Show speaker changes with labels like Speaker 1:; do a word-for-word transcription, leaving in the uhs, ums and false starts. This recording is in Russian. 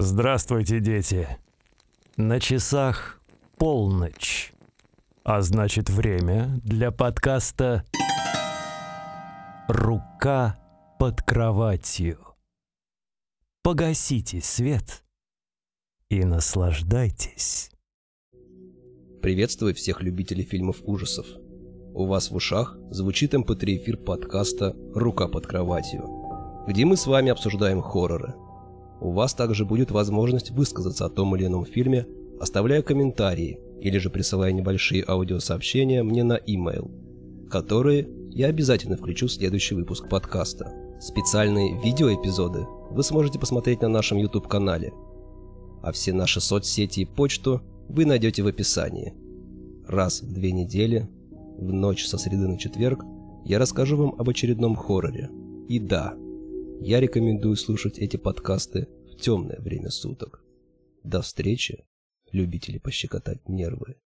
Speaker 1: Здравствуйте, дети. На часах полночь, а значит время для подкаста «Рука под кроватью». Погасите свет и наслаждайтесь.
Speaker 2: Приветствую всех любителей фильмов ужасов. У вас в ушах звучит эм пэ три эфир подкаста «Рука под кроватью», где мы с вами обсуждаем хорроры. У вас также будет возможность высказаться о том или ином фильме, оставляя комментарии или же присылая небольшие аудиосообщения мне на e-mail, которые я обязательно включу в следующий выпуск подкаста. Специальные видеоэпизоды вы сможете посмотреть на нашем YouTube-канале, а все наши соцсети и почту вы найдете в описании. Раз в две недели, в ночь со среды на четверг, я расскажу вам об очередном хорроре. И да, я рекомендую слушать эти подкасты в темное время суток. До встречи, любители пощекотать нервы.